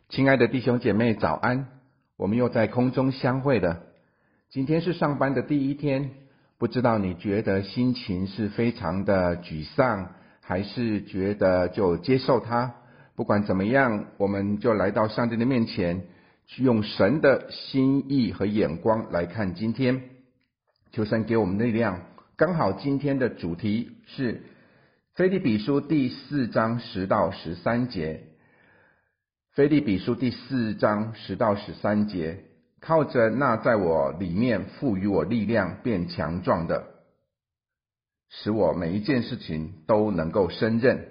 亲爱的弟兄姐妹早安，我们又在空中相会了。今天是上班的第一天，不知道你觉得心情是非常的沮丧，还是觉得就接受它。不管怎么样，我们就来到上帝的面前，去用神的心意和眼光来看今天。求神给我们力量。刚好今天的主题是腓立比书第4章10到13节。腓立比书第4章10到13节，靠着那在我里面赋予我力量变强壮的，使我每一件事情都能够胜任。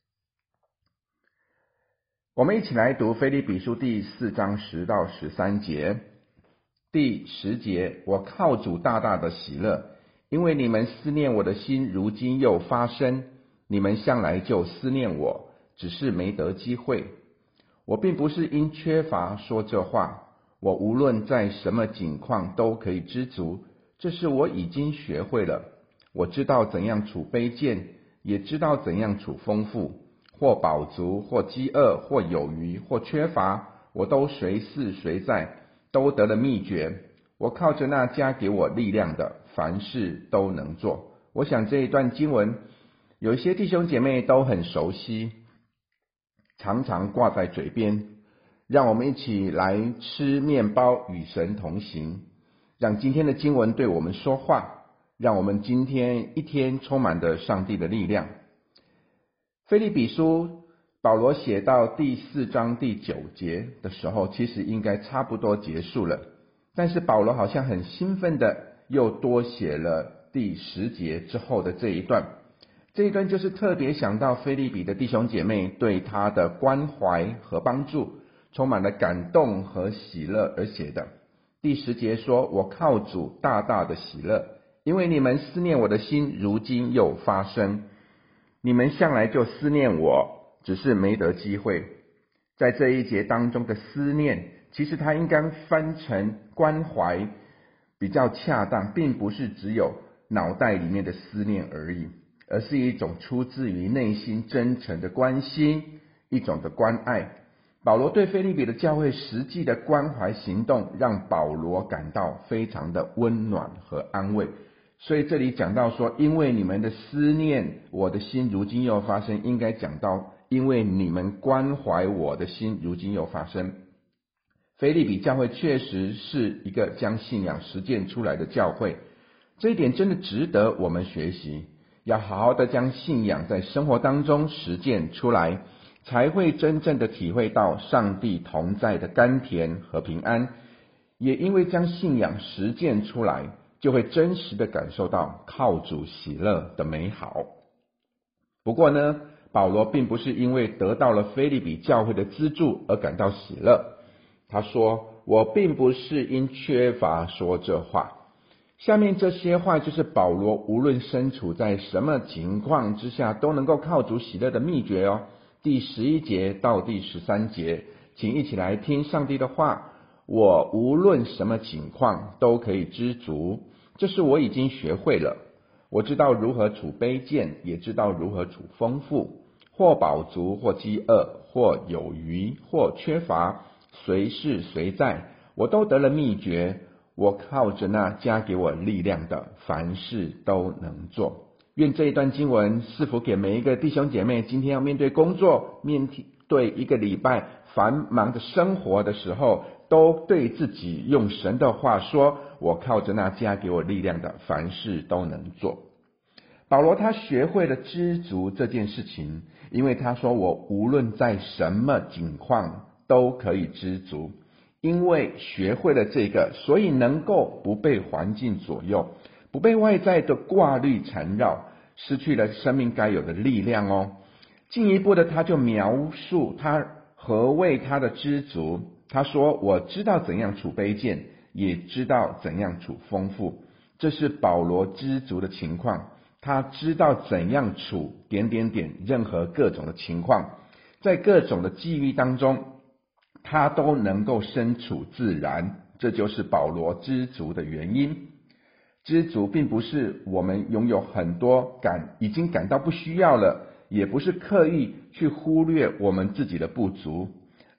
我们一起来读腓立比书第4章10到13节。第10节，我靠主大大的喜乐，因为你们思念我的心如今又发生，你们向来就思念我，只是没得机会。我并不是因缺乏说这话，我无论在什么境况都可以知足，这是我已经学会了。我知道怎样处卑贱，也知道怎样处丰富，或饱足，或饥饿，或有余，或缺乏，我都随事随在，都得了秘诀。我靠着那加给我力量的，凡事都能做。我想这一段经文，有一些弟兄姐妹都很熟悉，常常挂在嘴边。让我们一起来吃面包，与神同行，让今天的经文对我们说话，让我们今天一天充满着上帝的力量。腓立比书保罗写到第4章第9节的时候，其实应该差不多结束了，但是保罗好像很兴奋的又多写了第10节之后的这一段。这一段就是特别想到腓立比的弟兄姐妹对他的关怀和帮助，充满了感动和喜乐而写的。第10节说，我靠主大大的喜乐，因为你们思念我的心如今又发生，你们向来就思念我，只是没得机会。在这一节当中的思念，其实它应该翻成关怀比较恰当，并不是只有脑袋里面的思念而已，而是一种出自于内心真诚的关心，一种的关爱。保罗对腓立比的教会实际的关怀行动，让保罗感到非常的温暖和安慰。所以这里讲到说，因为你们的思念，我的心如今又发生，应该讲到因为你们关怀我的心如今又发生。腓立比教会确实是一个将信仰实践出来的教会，这一点真的值得我们学习，要好好的将信仰在生活当中实践出来，才会真正的体会到上帝同在的甘甜和平安。也因为将信仰实践出来，就会真实的感受到靠主喜乐的美好。不过呢，保罗并不是因为得到了腓立比教会的资助而感到喜乐。他说，我并不是因缺乏说这话。下面这些话就是保罗无论身处在什么情况之下，都能够靠主喜乐的秘诀哦。第11节到第13节，请一起来听上帝的话。我无论什么情况都可以知足，这是我已经学会了。我知道如何处卑贱，也知道如何处丰富，或饱足，或饥饿，或有余，或缺乏，随事随在，我都得了秘诀。我靠着那加给我力量的，凡事都能做。愿这一段经文赐福给每一个弟兄姐妹，今天要面对工作，面对一个礼拜繁忙的生活的时候，都对自己用神的话说，我靠着那加给我力量的，凡事都能做。保罗他学会了知足这件事情，因为他说，我无论在什么境况都可以知足。因为学会了这个，所以能够不被环境左右，不被外在的挂虑缠绕，失去了生命该有的力量哦。进一步的，他就描述他何谓他的知足。他说，我知道怎样处卑贱，也知道怎样处丰富。这是保罗知足的情况，他知道怎样处任何各种的情况，在各种的际遇当中，他都能够身处自然，这就是保罗知足的原因。知足并不是我们拥有很多已经感到不需要了，也不是刻意去忽略我们自己的不足，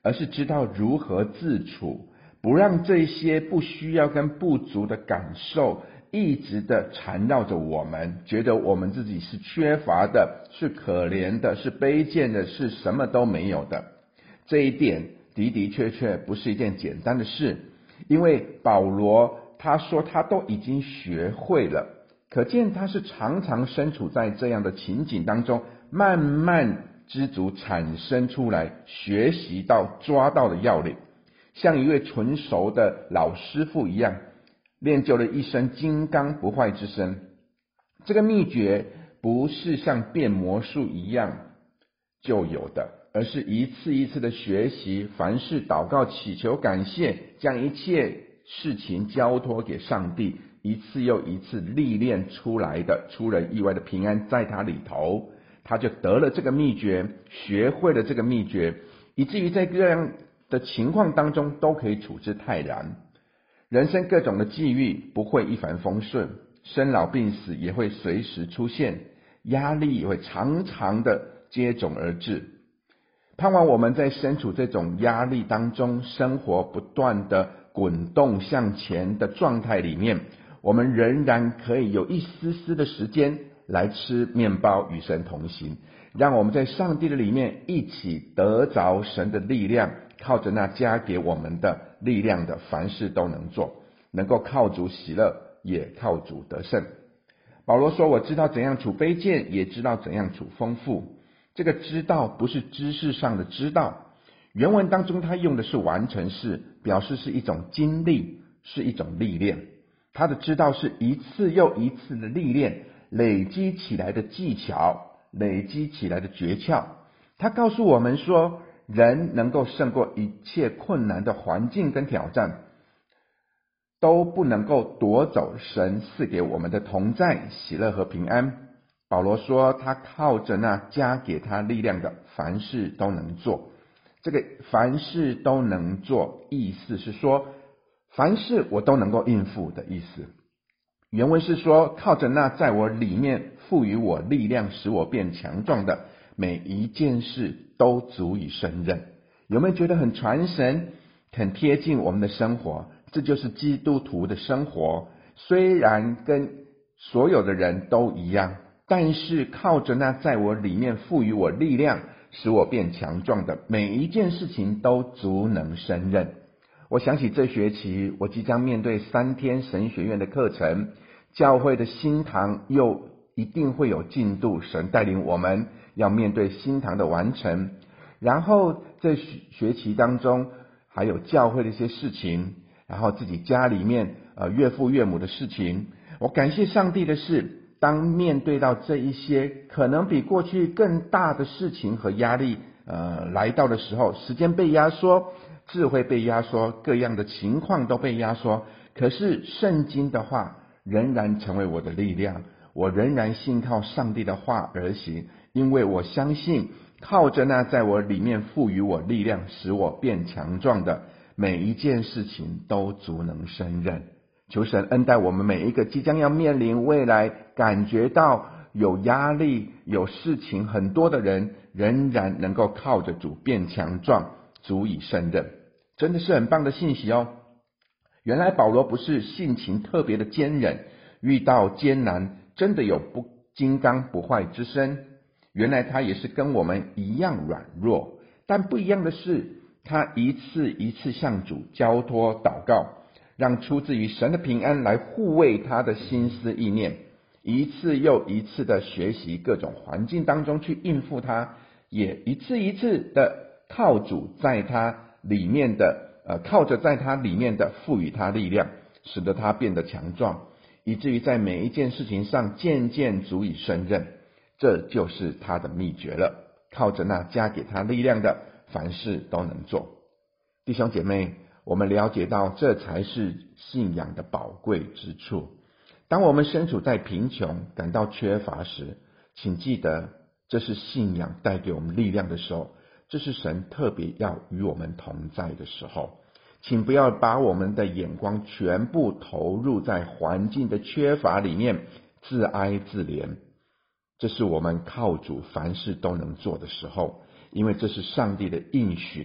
而是知道如何自处，不让这些不需要跟不足的感受一直的缠绕着我们，觉得我们自己是缺乏的，是可怜的，是卑贱的，是什么都没有的。这一点的的确确不是一件简单的事，因为保罗他说他都已经学会了，可见他是常常身处在这样的情景当中，慢慢知足产生出来，学习到抓到的要领，像一位纯熟的老师傅一样，练就了一身金刚不坏之身。这个秘诀不是像变魔术一样就有的，而是一次一次的学习，凡事祷告祈求感谢，将一切事情交托给上帝，一次又一次历练出来的出人意外的平安在他里头，他就得了这个秘诀，学会了这个秘诀，以至于在各样的情况当中都可以处之泰然。人生各种的际遇不会一帆风顺，生老病死也会随时出现，压力也会常常的接踵而至。盼望我们在身处这种压力当中，生活不断的滚动向前的状态里面，我们仍然可以有一丝丝的时间来吃面包，与神同行，让我们在上帝的里面一起得着神的力量，靠着那加给我们的力量的，凡事都能做，能够靠主喜乐，也靠主得胜。保罗说，我知道怎样处卑贱，也知道怎样处丰富。这个知道不是知识上的知道，原文当中他用的是完成式，表示是一种经历，是一种历练。他的知道是一次又一次的历练，累积起来的技巧，累积起来的诀窍。他告诉我们说，人能够胜过一切困难的环境跟挑战，都不能够夺走神赐给我们的同在、喜乐和平安。保罗说，他靠着那加给他力量的，凡事都能做。这个凡事都能做，意思是说，凡事我都能够应付的意思。原文是说，靠着那在我里面赋予我力量，使我变强壮的，每一件事都足以胜任。有没有觉得很传神，很贴近我们的生活？这就是基督徒的生活，虽然跟所有的人都一样，但是靠着那在我里面赋予我力量，使我变强壮的，每一件事情都足能胜任。我想起这学期我即将面对3天神学院的课程，教会的新堂又一定会有进度，神带领我们要面对新堂的完成，然后这学期当中还有教会的一些事情，然后自己家里面岳父岳母的事情。我感谢上帝的是，当面对到这一些可能比过去更大的事情和压力来到的时候，时间被压缩，智慧被压缩，各样的情况都被压缩，可是圣经的话仍然成为我的力量，我仍然信靠上帝的话而行，因为我相信靠着那在我里面赋予我力量，使我变强壮的，每一件事情都足能胜任。求神恩待我们每一个即将要面临未来感觉到有压力有事情很多的人，仍然能够靠着主变强壮，足以胜任。真的是很棒的信息哦。原来保罗不是性情特别的坚忍，遇到艰难真的有不金刚不坏之身。原来他也是跟我们一样软弱，但不一样的是，他一次一次向主交托祷告，让出自于神的平安来护卫他的心思意念，一次又一次的学习各种环境当中去应付他，也一次一次的靠主在他里面的靠着在他里面的赋予他力量，使得他变得强壮，以至于在每一件事情上渐渐足以胜任。这就是他的秘诀了，靠着那加给他力量的，凡事都能做。弟兄姐妹，我们了解到这才是信仰的宝贵之处。当我们身处在贫穷感到缺乏时，请记得这是信仰带给我们力量的时候，这是神特别要与我们同在的时候。请不要把我们的眼光全部投入在环境的缺乏里面，自哀自怜。这是我们靠主凡事都能做的时候，因为这是上帝的应许，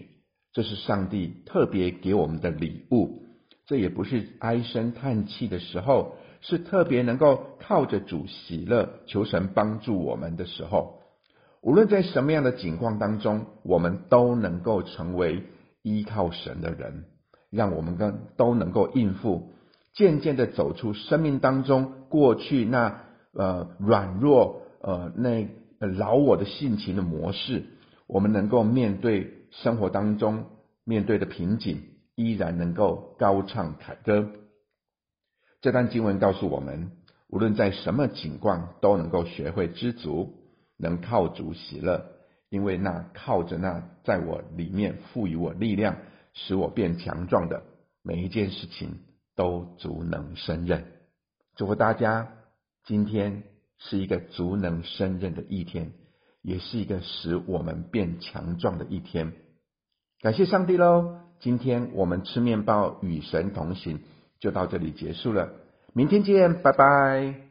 这是上帝特别给我们的礼物，这也不是唉声叹气的时候，是特别能够靠着主喜乐，求神帮助我们的时候。无论在什么样的境况当中，我们都能够成为依靠神的人，让我们都能够应付，渐渐的走出生命当中过去那软弱那老我的性情的模式，我们能够面对生活当中面对的瓶颈，依然能够高唱凯歌。这段经文告诉我们，无论在什么境况，都能够学会知足，能靠主喜乐，因为那靠着那在我里面赋予我力量，使我变强壮的，每一件事情都足能胜任。祝福大家，今天是一个足能胜任的一天，也是一个使我们变强壮的一天。感谢上帝咯，今天我们吃面包与神同行就到这里结束了，明天见，拜拜。